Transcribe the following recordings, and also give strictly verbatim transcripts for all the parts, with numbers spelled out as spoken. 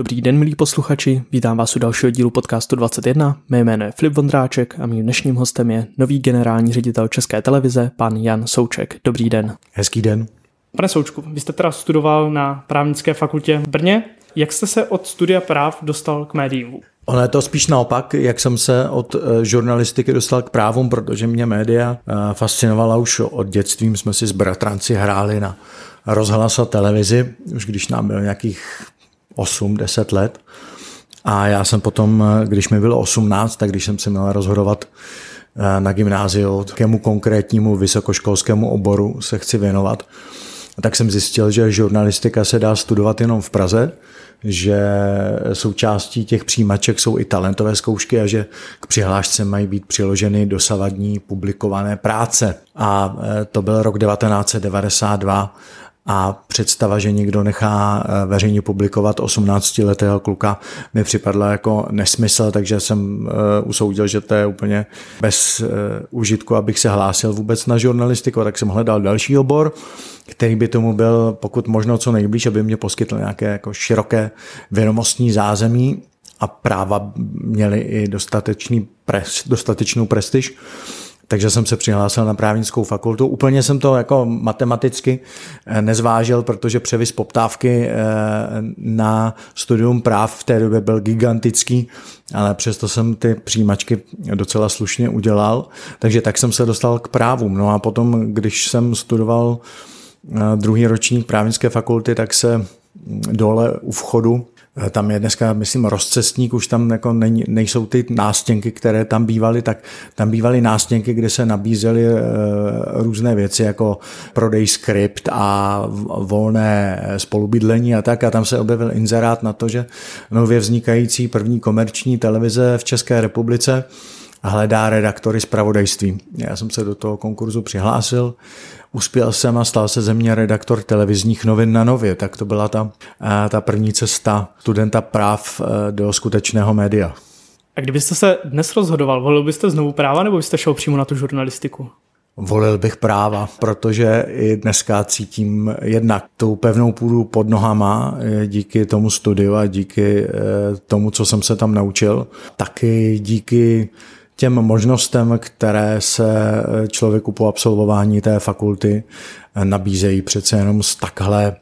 Dobrý den, milí posluchači, vítám vás u dalšího dílu podcastu dvacet jedna. Mé jméno je Filip Vondráček a mým dnešním hostem je nový generální ředitel České televize, pan Jan Souček. Dobrý den. Hezký den. Pane Součku, vy jste teda studoval na právnické fakultě v Brně. Jak jste se od studia práv dostal k médiím? Ono je to spíš naopak, jak jsem se od žurnalistiky dostal k právům, protože mě média fascinovala už od dětství. My jsme si s bratranci hráli na rozhlas a televizi, už když nám bylo nějakých osm deset let. A já jsem potom, když mi bylo osmnáct, tak když jsem se měl rozhodovat na gymnáziu, kému konkrétnímu vysokoškolskému oboru se chci věnovat, tak jsem zjistil, že žurnalistika se dá studovat jenom v Praze, že součástí těch přijímaček jsou i talentové zkoušky a že k přihlášce mají být přiloženy dosavadní publikované práce. A to byl rok devatenáct set devadesát dva a představa, že někdo nechá veřejně publikovat osmnáctiletého kluka, mi připadla jako nesmysl, takže jsem usoudil, že to je úplně bez užitku, abych se hlásil vůbec na žurnalistiku, tak jsem hledal další obor, který by tomu byl pokud možno co nejblíž, aby mě poskytl nějaké jako široké vědomostní zázemí a práva měly i dostatečný pres, dostatečnou prestiž. Takže jsem se přihlásil na právnickou fakultu. Úplně jsem to jako matematicky nezvážil, protože převis poptávky na studium práv v té době byl gigantický, ale přesto jsem ty přijímačky docela slušně udělal. Takže tak jsem se dostal k právům. No a potom, když jsem studoval druhý ročník právnické fakulty, tak se dole u vchodu, tam je dneska, myslím, rozcestník, už tam jako nej, nejsou ty nástěnky, které tam bývaly, tak tam bývaly nástěnky, kde se nabízely e, různé věci, jako prodej skript a volné spolubydlení a tak. A tam se objevil inzerát na to, že nově vznikající první komerční televize v České republice hledá redaktory zpravodajství. Já jsem se do toho konkurzu přihlásil, uspěl jsem a stal se ze mě redaktor televizních novin na Nově. Tak to byla ta, ta první cesta studenta práv do skutečného média. A kdybyste se dnes rozhodoval, volil byste znovu práva nebo byste šel přímo na tu žurnalistiku? Volil bych práva, protože i dneska cítím jednak tou pevnou půdu pod nohama díky tomu studiu a díky tomu, co jsem se tam naučil. Taky díky těm možnostem, které se člověku po absolvování té fakulty nabízejí přece jenom s takhle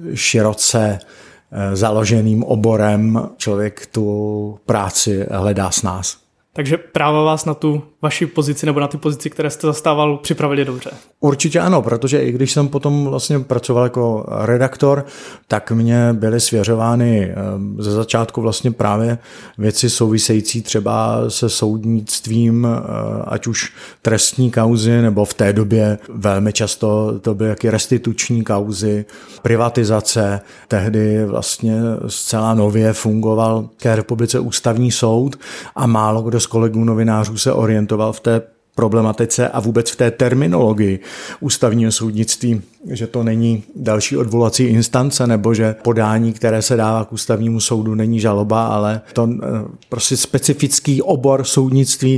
široce založeným oborem. Člověk tu práci hledá s nás. Takže práva vás na tu vaši pozici nebo na ty pozici, které jste zastával, připravili dobře? Určitě ano, protože i když jsem potom vlastně pracoval jako redaktor, tak mě byly svěřovány ze začátku vlastně právě věci související třeba se soudnictvím, ať už trestní kauzy, nebo v té době velmi často to byly jaké restituční kauzy, privatizace. Tehdy vlastně zcela nově fungoval v České republice ústavní soud a málo kdo z kolegů novinářů se orientoval v té problematice a vůbec v té terminologii ústavního soudnictví, že to není další odvolací instance nebo že podání, které se dává k ústavnímu soudu, není žaloba, ale to prostě specifický obor soudnictví,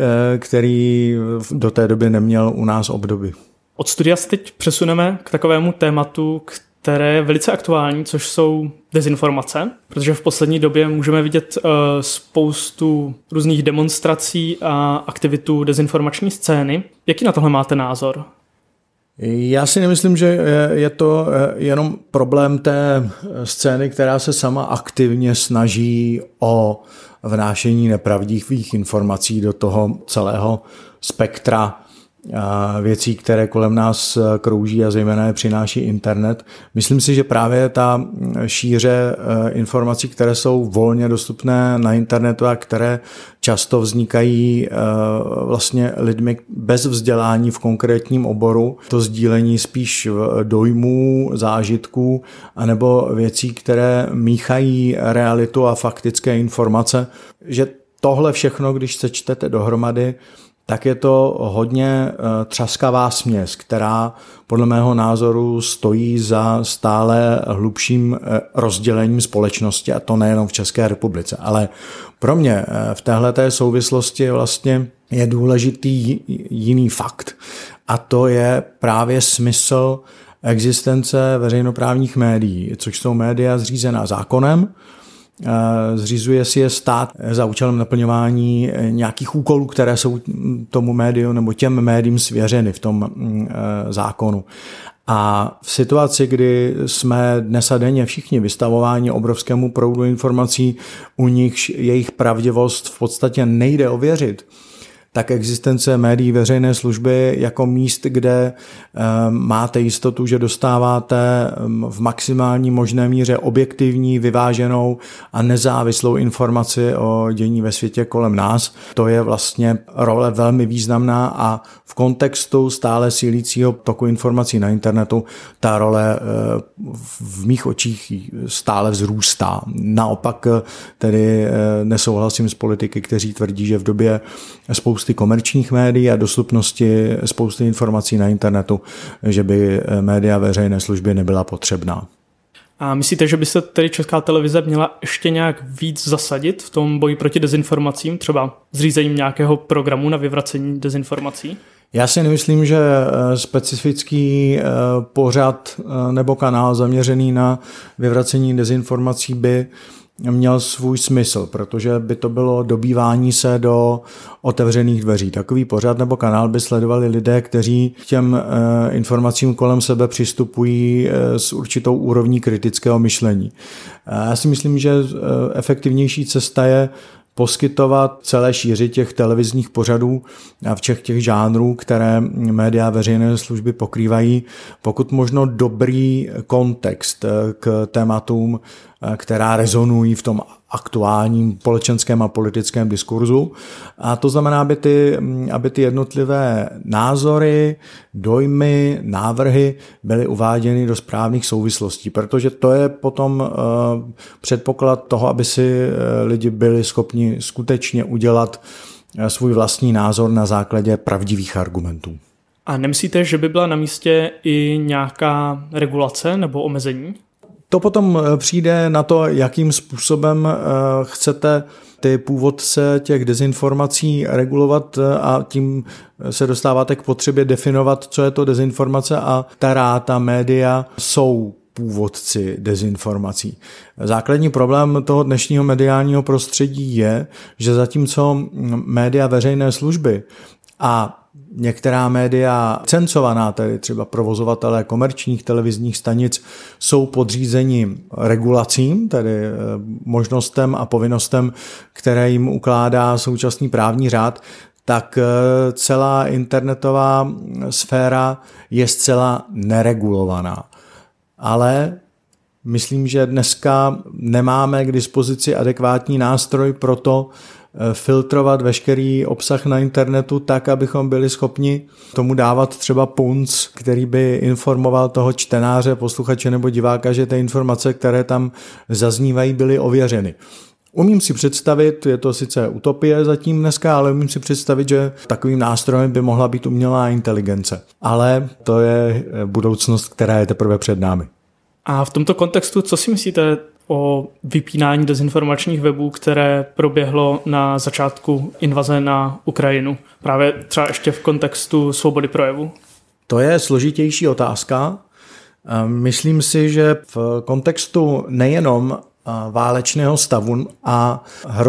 který do té doby neměl u nás obdoby. Od studia se teď přesuneme k takovému tématu, které je velice aktuální, což jsou dezinformace, protože v poslední době můžeme vidět uh, spoustu různých demonstrací a aktivitů dezinformační scény. Jaký na tohle máte názor? Já si nemyslím, že je to jenom problém té scény, která se sama aktivně snaží o vnášení nepravdivých informací do toho celého spektra věcí, které kolem nás krouží a zejména je přináší internet. Myslím si, že právě ta šíře informací, které jsou volně dostupné na internetu a které často vznikají vlastně lidmi bez vzdělání v konkrétním oboru, to sdílení spíš dojmů, zážitků anebo věcí, které míchají realitu a faktické informace, že tohle všechno, když se čtete dohromady, tak je to hodně třaskavá směs, která podle mého názoru stojí za stále hlubším rozdělením společnosti, a to nejenom v České republice. Ale pro mě v téhleté souvislosti vlastně je důležitý jiný fakt, a to je právě smysl existence veřejnoprávních médií, což jsou média zřízená zákonem, Zřizuje si je stát za účelem naplňování nějakých úkolů, které jsou tomu médiu nebo těm médiím svěřeny v tom zákonu. A v situaci, kdy jsme dnes a denně všichni vystavováni obrovskému proudu informací, u nichž jejich pravdivost v podstatě nejde ověřit, tak existence médií veřejné služby jako míst, kde máte jistotu, že dostáváte v maximální možné míře objektivní, vyváženou a nezávislou informaci o dění ve světě kolem nás, to je vlastně role velmi významná a v kontextu stále sílícího toku informací na internetu ta role v mých očích stále vzrůstá. Naopak tedy nesouhlasím s politiky, kteří tvrdí, že v době spousty komerčních médií a dostupnosti spousty informací na internetu, že by média veřejné služby nebyla potřebná. A myslíte, že by se tedy Česká televize měla ještě nějak víc zasadit v tom boji proti dezinformacím, třeba zřízením nějakého programu na vyvracení dezinformací? Já si nemyslím, že specifický pořad nebo kanál zaměřený na vyvracení dezinformací by měl svůj smysl, protože by to bylo dobývání se do otevřených dveří. Takový pořad nebo kanál by sledovali lidé, kteří k těm informacím kolem sebe přistupují s určitou úrovní kritického myšlení. Já si myslím, že efektivnější cesta je poskytovat celé šíři těch televizních pořadů a všech těch žánrů, které média veřejné služby pokrývají, pokud možno dobrý kontext k tématům, která rezonují v tom aktuálním společenském a politickém diskurzu. A to znamená, aby ty, aby ty jednotlivé názory, dojmy, návrhy byly uváděny do správných souvislostí, protože to je potom předpoklad toho, aby si lidi byli schopni skutečně udělat svůj vlastní názor na základě pravdivých argumentů. A nemyslíte, že by byla na místě i nějaká regulace nebo omezení? To potom přijde na to, jakým způsobem chcete ty původce těch dezinformací regulovat a tím se dostáváte k potřebě definovat, co je to dezinformace a která ta média jsou původci dezinformací. Základní problém toho dnešního mediálního prostředí je, že zatímco média veřejné služby a některá média cenzovaná, tedy třeba provozovatelé komerčních televizních stanic, jsou podřízeni regulacím, tedy možnostem a povinnostem, které jim ukládá současný právní řád, tak celá internetová sféra je zcela neregulovaná. Ale myslím, že dneska nemáme k dispozici adekvátní nástroj pro to, filtrovat veškerý obsah na internetu tak, abychom byli schopni tomu dávat třeba punc, který by informoval toho čtenáře, posluchače nebo diváka, že ty informace, které tam zaznívají, byly ověřeny. Umím si představit, je to sice utopie zatím dneska, ale umím si představit, že takovým nástrojem by mohla být umělá inteligence. Ale to je budoucnost, která je teprve před námi. A v tomto kontextu, co si myslíte o vypínání dezinformačních webů, které proběhlo na začátku invaze na Ukrajinu? Právě třeba ještě v kontextu svobody projevu? To je složitější otázka. Myslím si, že v kontextu nejenom válečného stavu a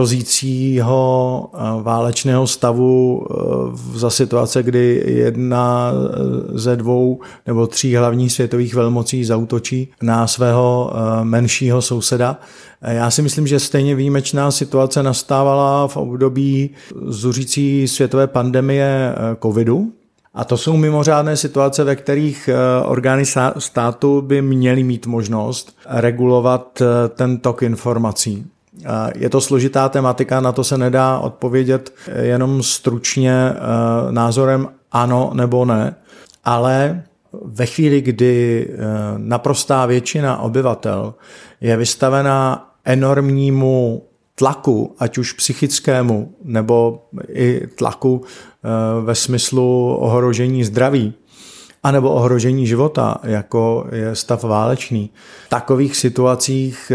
hrozícího válečného stavu za situace, kdy jedna ze dvou nebo tří hlavních světových velmocí zaútočí na svého menšího souseda. Já si myslím, že stejně výjimečná situace nastávala v období zuřící světové pandemie covidu. A to jsou mimořádné situace, ve kterých orgány státu by měly mít možnost regulovat ten tok informací. Je to složitá tematika, na to se nedá odpovědět jenom stručně názorem ano nebo ne, ale ve chvíli, kdy naprostá většina obyvatel je vystavena enormnímu tlaku, ať už psychickému, nebo i tlaku ve smyslu ohrožení zdraví, anebo ohrožení života, jako je stav válečný. V takových situacích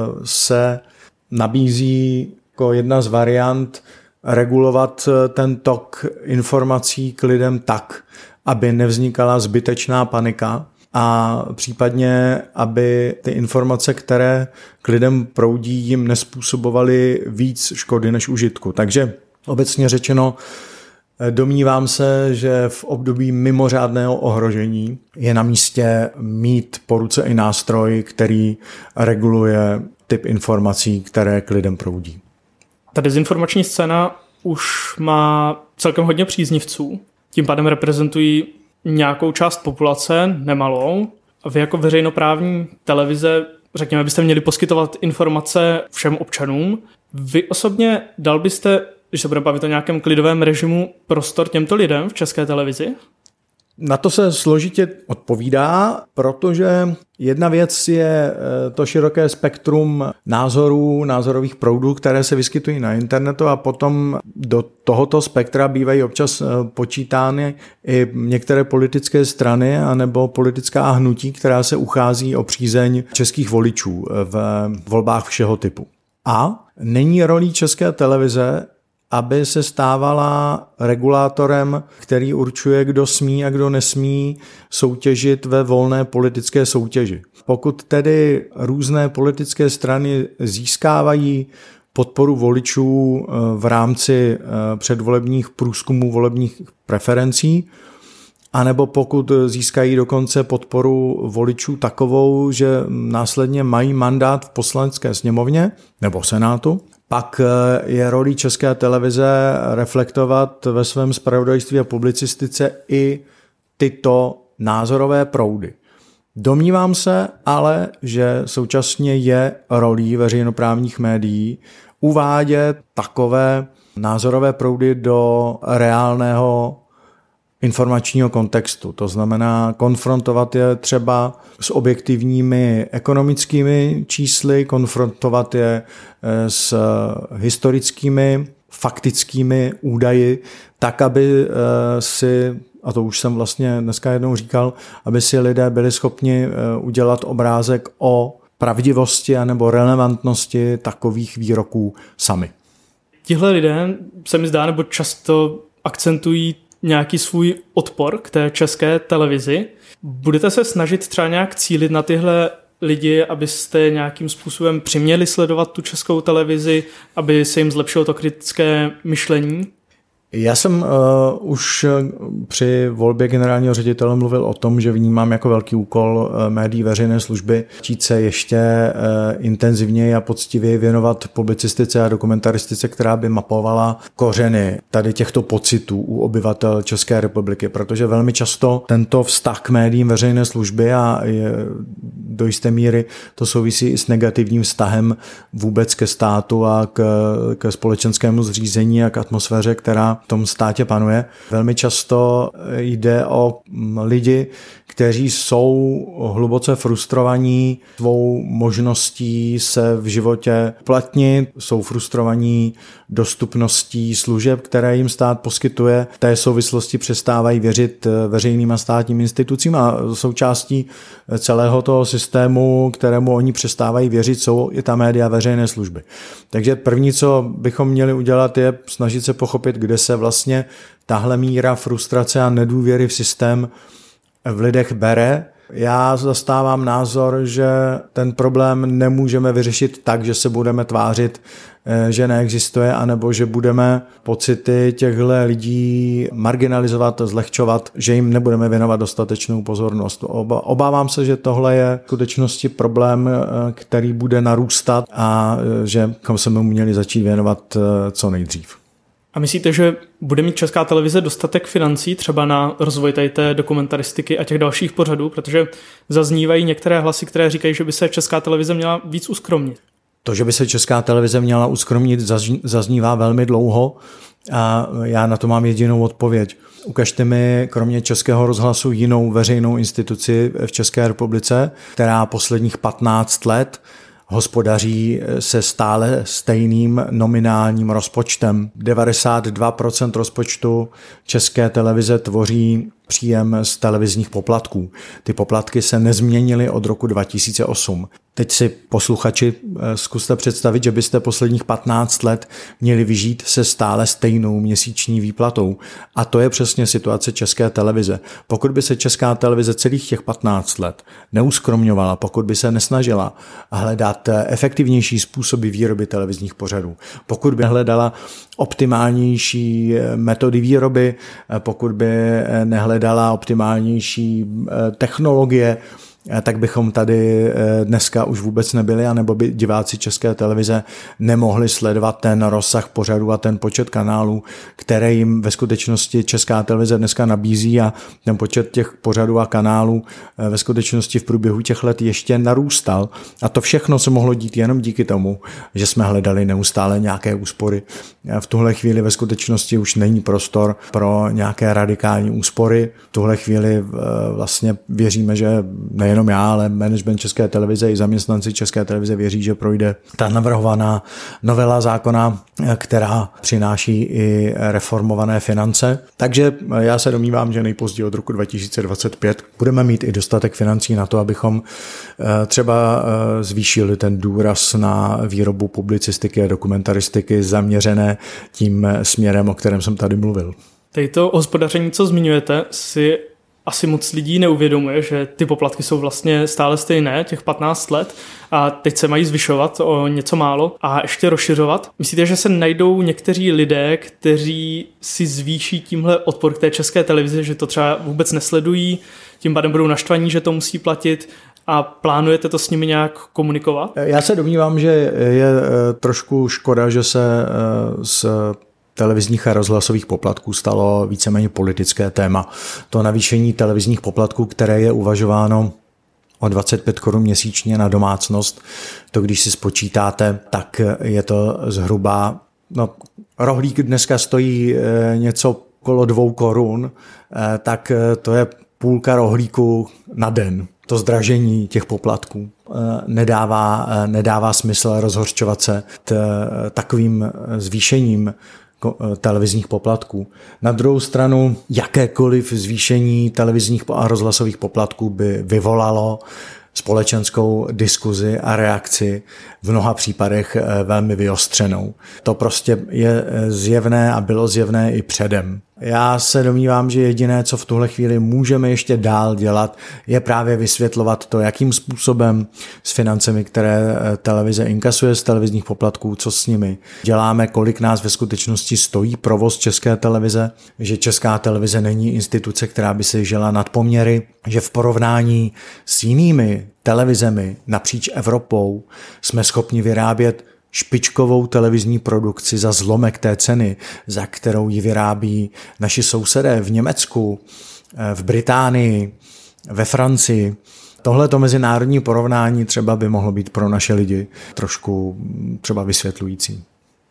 se nabízí jako jedna z variant regulovat ten tok informací k lidem tak, aby nevznikala zbytečná panika a případně, aby ty informace, které k lidem proudí, jim nespůsobovaly víc škody než užitku. Takže obecně řečeno, domnívám se, že v období mimořádného ohrožení je na místě mít po ruce i nástroj, který reguluje typ informací, které k lidem proudí. Ta dezinformační scéna už má celkem hodně příznivců, tím pádem reprezentují nějakou část populace, nemalou. A vy jako veřejnoprávní televize, řekněme, byste měli poskytovat informace všem občanům. Vy osobně dal byste, když se budeme bavit o nějakém klidovém režimu, prostor těmto lidem v České televizi? Na to se složitě odpovídá, protože jedna věc je to široké spektrum názorů, názorových proudů, které se vyskytují na internetu, a potom do tohoto spektra bývají občas počítány i některé politické strany anebo politická hnutí, která se uchází o přízeň českých voličů v volbách všeho typu. A není rolí České televize, aby se stávala regulátorem, který určuje, kdo smí a kdo nesmí soutěžit ve volné politické soutěži. Pokud tedy různé politické strany získávají podporu voličů v rámci předvolebních průzkumů volebních preferencí, anebo pokud získají dokonce podporu voličů takovou, že následně mají mandát v poslanecké sněmovně nebo senátu, pak je rolí České televize reflektovat ve svém zpravodajství a publicistice i tyto názorové proudy. Domnívám se ale, že současně je rolí veřejnoprávních médií uvádět takové názorové proudy do reálného informačního kontextu. To znamená konfrontovat je třeba s objektivními ekonomickými čísly, konfrontovat je s historickými, faktickými údaji, tak, aby si, a to už jsem vlastně dneska jednou říkal, aby si lidé byli schopni udělat obrázek o pravdivosti anebo relevantnosti takových výroků sami. Tihle lidé se mi zdá, nebo často akcentují nějaký svůj odpor k té České televizi. Budete se snažit třeba nějak cílit na tyhle lidi, abyste nějakým způsobem přiměli sledovat tu Českou televizi, aby se jim zlepšilo to kritické myšlení? Já jsem uh, už při volbě generálního ředitele mluvil o tom, že vnímám jako velký úkol uh, médií veřejné služby čít se ještě uh, intenzivněji a poctivěji věnovat publicistice a dokumentaristice, která by mapovala kořeny tady těchto pocitů u obyvatel České republiky, protože velmi často tento vztah k médiím veřejné služby a je, do jisté míry to souvisí i s negativním vztahem vůbec ke státu a k, k společenskému zřízení a k atmosféře, která v tom státě panuje. Velmi často jde o lidi, kteří jsou hluboce frustrovaní svou možností se v životě uplatnit, jsou frustrovaní dostupností služeb, které jim stát poskytuje. V té souvislosti přestávají věřit veřejným a státním institucím a součástí celého toho systému, kterému oni přestávají věřit, jsou i ta média veřejné služby. Takže první, co bychom měli udělat, je snažit se pochopit, kde se vlastně tahle míra frustrace a nedůvěry v systém v lidech bere. Já zastávám názor, že ten problém nemůžeme vyřešit tak, že se budeme tvářit, že neexistuje, anebo že budeme pocity těchto lidí marginalizovat, zlehčovat, že jim nebudeme věnovat dostatečnou pozornost. Obávám se, že tohle je v skutečnosti problém, který bude narůstat a že bychom se mu měli začít věnovat co nejdřív. A myslíte, že bude mít Česká televize dostatek financí třeba na rozvoj tady té dokumentaristiky a těch dalších pořadů, protože zaznívají některé hlasy, které říkají, že by se Česká televize měla víc uskromnit? To, že by se Česká televize měla uskromnit, zaznívá velmi dlouho a já na to mám jedinou odpověď. Ukažte mi kromě Českého rozhlasu jinou veřejnou instituci v České republice, která posledních patnáct let hospodaří se stále stejným nominálním rozpočtem. devadesát dva procent rozpočtu České televize tvoří příjem z televizních poplatků. Ty poplatky se nezměnily od roku dva tisíce osm. Teď si posluchači zkuste představit, že byste posledních patnáct let měli vyžít se stále stejnou měsíční výplatou. A to je přesně situace České televize. Pokud by se Česká televize celých těch patnáct let neuskromňovala, pokud by se nesnažila hledat efektivnější způsoby výroby televizních pořadů, pokud by hledala optimálnější metody výroby, pokud by nehledala optimálnější technologie, tak bychom tady dneska už vůbec nebyli, anebo by diváci České televize nemohli sledovat ten rozsah pořadů a ten počet kanálů, které jim ve skutečnosti Česká televize dneska nabízí, a ten počet těch pořadů a kanálů ve skutečnosti v průběhu těch let ještě narůstal. A to všechno se mohlo dít jenom díky tomu, že jsme hledali neustále nějaké úspory. V tuhle chvíli ve skutečnosti už není prostor pro nějaké radikální úspory. V tuhle chvíli vlastně věříme, že ne jenom já, ale management České televize i zaměstnanci České televize věří, že projde ta navrhovaná novela zákona, která přináší i reformované finance. Takže já se domnívám, že nejpozději od roku dva tisíce dvacet pět budeme mít i dostatek financí na to, abychom třeba zvýšili ten důraz na výrobu publicistiky a dokumentaristiky zaměřené tím směrem, o kterém jsem tady mluvil. Tady to hospodaření, co zmiňujete, si asi moc lidí neuvědomuje, že ty poplatky jsou vlastně stále stejné, těch patnáct let, a teď se mají zvyšovat o něco málo a ještě rozšiřovat. Myslíte, že se najdou někteří lidé, kteří si zvýší tímhle odpor k té České televizi, že to třeba vůbec nesledují, tím pádem budou naštvaní, že to musí platit, a plánujete to s nimi nějak komunikovat? Já se domnívám, že je trošku škoda, že se s televizních a rozhlasových poplatků stalo víceméně politické téma. To navýšení televizních poplatků, které je uvažováno o dvacet pět korun měsíčně na domácnost, to když si spočítáte, tak je to zhruba, no rohlík dneska stojí něco okolo dvou korun, tak to je půlka rohlíku na den. To zdražení těch poplatků nedává, nedává smysl rozhořčovat se t, takovým zvýšením televizních poplatků. Na druhou stranu, jakékoliv zvýšení televizních a rozhlasových poplatků by vyvolalo společenskou diskuzi a reakci, v mnoha případech velmi vyostřenou. To prostě je zjevné a bylo zjevné i předem. Já se domnívám, že jediné, co v tuhle chvíli můžeme ještě dál dělat, je právě vysvětlovat to, jakým způsobem s financemi, které televize inkasuje z televizních poplatků, co s nimi děláme, kolik nás ve skutečnosti stojí provoz České televize, že Česká televize není instituce, která by se žila nad poměry, že v porovnání s jinými televizemi napříč Evropou jsme schopni vyrábět špičkovou televizní produkci za zlomek té ceny, za kterou ji vyrábí naši sousedé v Německu, v Británii, ve Francii. Tohleto mezinárodní porovnání třeba by mohlo být pro naše lidi trošku třeba vysvětlující.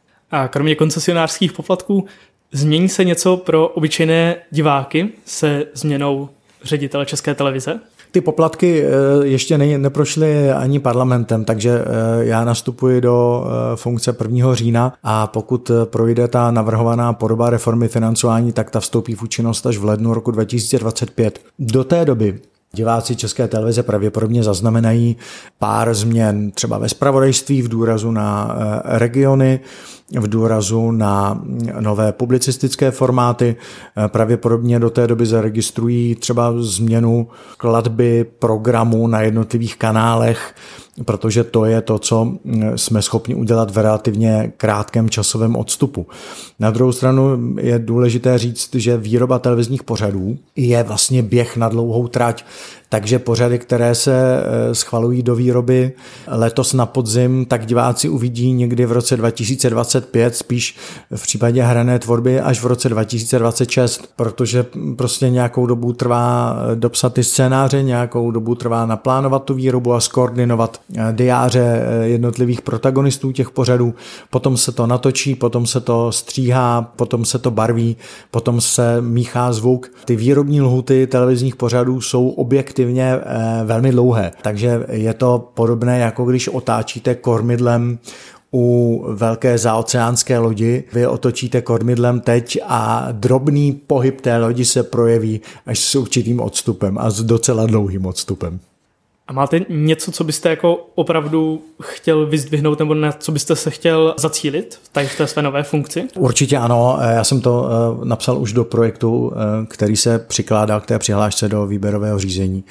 A kromě koncesionářských poplatků změní se něco pro obyčejné diváky se změnou ředitele České televize? Ty poplatky ještě ne, neprošly ani parlamentem, takže já nastupuji do funkce prvního října a pokud projde ta navrhovaná podoba reformy financování, tak ta vstoupí v účinnost až v lednu roku dva tisíce dvacet pět. Do té doby diváci České televize pravděpodobně zaznamenají pár změn třeba ve zpravodajství, v důrazu na regiony, v důrazu na nové publicistické formáty. Pravděpodobně do té doby zaregistrují třeba změnu skladby programu na jednotlivých kanálech, protože to je to, co jsme schopni udělat v relativně krátkém časovém odstupu. Na druhou stranu je důležité říct, že výroba televizních pořadů je vlastně běh na dlouhou trať, takže pořady, které se schvalují do výroby letos na podzim, tak diváci uvidí někdy v roce dva tisíce dvacet pět, spíš v případě hrané tvorby až v roce dva tisíce dvacet šest, protože prostě nějakou dobu trvá dopsat ty scénáře, nějakou dobu trvá naplánovat tu výrobu a skoordinovat diáře jednotlivých protagonistů těch pořadů, potom se to natočí, potom se to stříhá, potom se to barví, potom se míchá zvuk. Ty výrobní lhuty televizních pořadů jsou objektivně velmi dlouhé, takže je to podobné, jako když otáčíte kormidlem u velké zaoceánské lodi. Vy otočíte kormidlem teď a drobný pohyb té lodi se projeví až s určitým odstupem a s docela dlouhým odstupem. A máte něco, co byste jako opravdu chtěl vyzdvihnout nebo na co byste se chtěl zacílit tady v té své nové funkci? Určitě ano, já jsem to napsal už do projektu, který se přikládal k té přihlášce do výběrového řízení.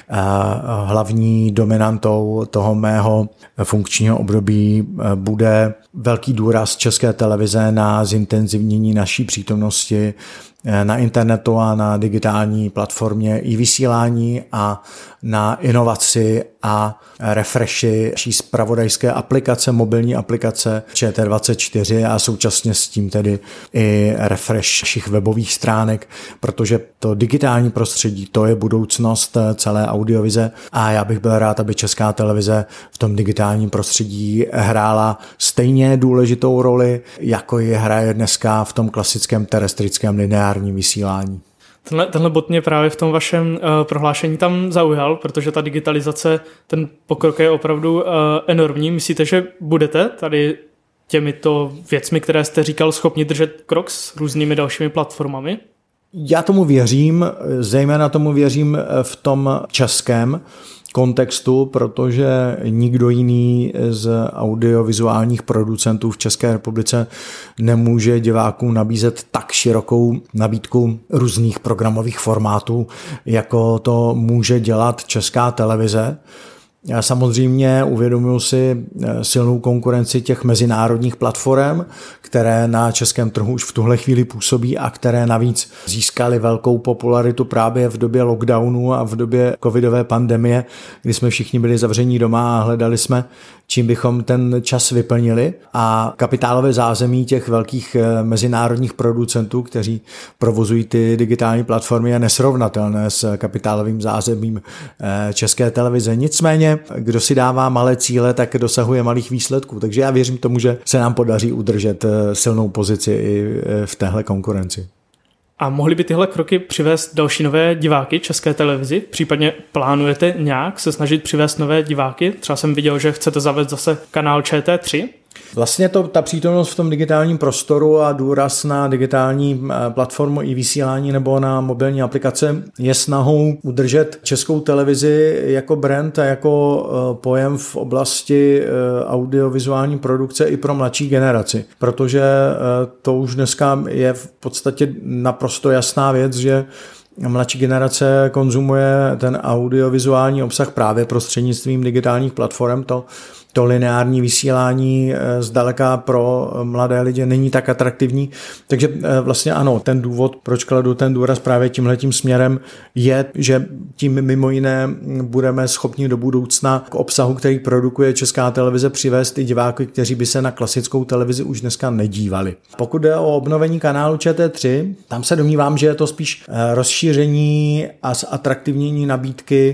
Hlavní dominantou toho mého funkčního období bude velký důraz České televize na zintenzivnění naší přítomnosti na internetu a na digitální platformě i vysílání a na inovaci a refreshi naší zpravodajské aplikace, mobilní aplikace Č T dvacet čtyři a současně s tím tedy i refresh našich webových stránek, protože to digitální prostředí, to je budoucnost celé audiovize a já bych byl rád, aby Česká televize v tom digitálním prostředí hrála stejně důležitou roli, jako je hraje dneska v tom klasickém terestrickém lineárním vysílání. Tenhle, tenhle bod mě právě v tom vašem uh, prohlášení tam zaujal, protože ta digitalizace, ten pokrok je opravdu uh, enormní. Myslíte, že budete tady těmito věcmi, které jste říkal, schopni držet krok s různými dalšími platformami? Já tomu věřím, zejména tomu věřím v tom českém kontextu, protože nikdo jiný z audiovizuálních producentů v České republice nemůže divákům nabízet tak širokou nabídku různých programových formátů, jako to může dělat Česká televize. Já samozřejmě uvědomuji si silnou konkurenci těch mezinárodních platform, které na českém trhu už v tuhle chvíli působí a které navíc získaly velkou popularitu právě v době lockdownu a v době covidové pandemie, kdy jsme všichni byli zavření doma a hledali jsme, čím bychom ten čas vyplnili. A kapitálové zázemí těch velkých mezinárodních producentů, kteří provozují ty digitální platformy, je nesrovnatelné s kapitálovým zázemím České televize. Nicméně, kdo si dává malé cíle, tak dosahuje malých výsledků. Takže já věřím tomu, že se nám podaří udržet silnou pozici i v téhle konkurenci. A mohly by tyhle kroky přivést další nové diváky České televizi? Případně plánujete nějak se snažit přivést nové diváky? Třeba jsem viděl, že chcete zavést zase kanál Č T tři. Vlastně to, ta přítomnost v tom digitálním prostoru a důraz na digitální platformu i vysílání nebo na mobilní aplikace je snahou udržet Českou televizi jako brand a jako pojem v oblasti audiovizuální produkce i pro mladší generaci. Protože to už dneska je v podstatě naprosto jasná věc, že mladší generace konzumuje ten audiovizuální obsah právě prostřednictvím digitálních platform. To To lineární vysílání zdaleka pro mladé lidi není tak atraktivní. Takže vlastně ano, ten důvod, proč kladu ten důraz právě tímhletím směrem, je, že tím mimo jiné budeme schopni do budoucna k obsahu, který produkuje Česká televize, přivést i diváky, kteří by se na klasickou televizi už dneska nedívali. Pokud jde o obnovení kanálu Č T tři, tam se domnívám, že je to spíš rozšíření a zatraktivnění nabídky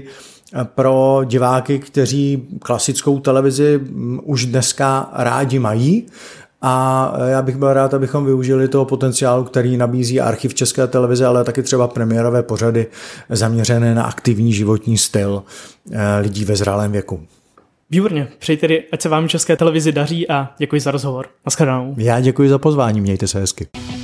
pro diváky, kteří klasickou televizi už dneska rádi mají. A já bych byl rád, abychom využili toho potenciálu, který nabízí archiv České televize, ale taky třeba premiérové pořady zaměřené na aktivní životní styl lidí ve zralém věku. Výborně, přeji tedy, ať se vám České televizi daří a děkuji za rozhovor. Naschledanou. Já děkuji za pozvání, mějte se hezky.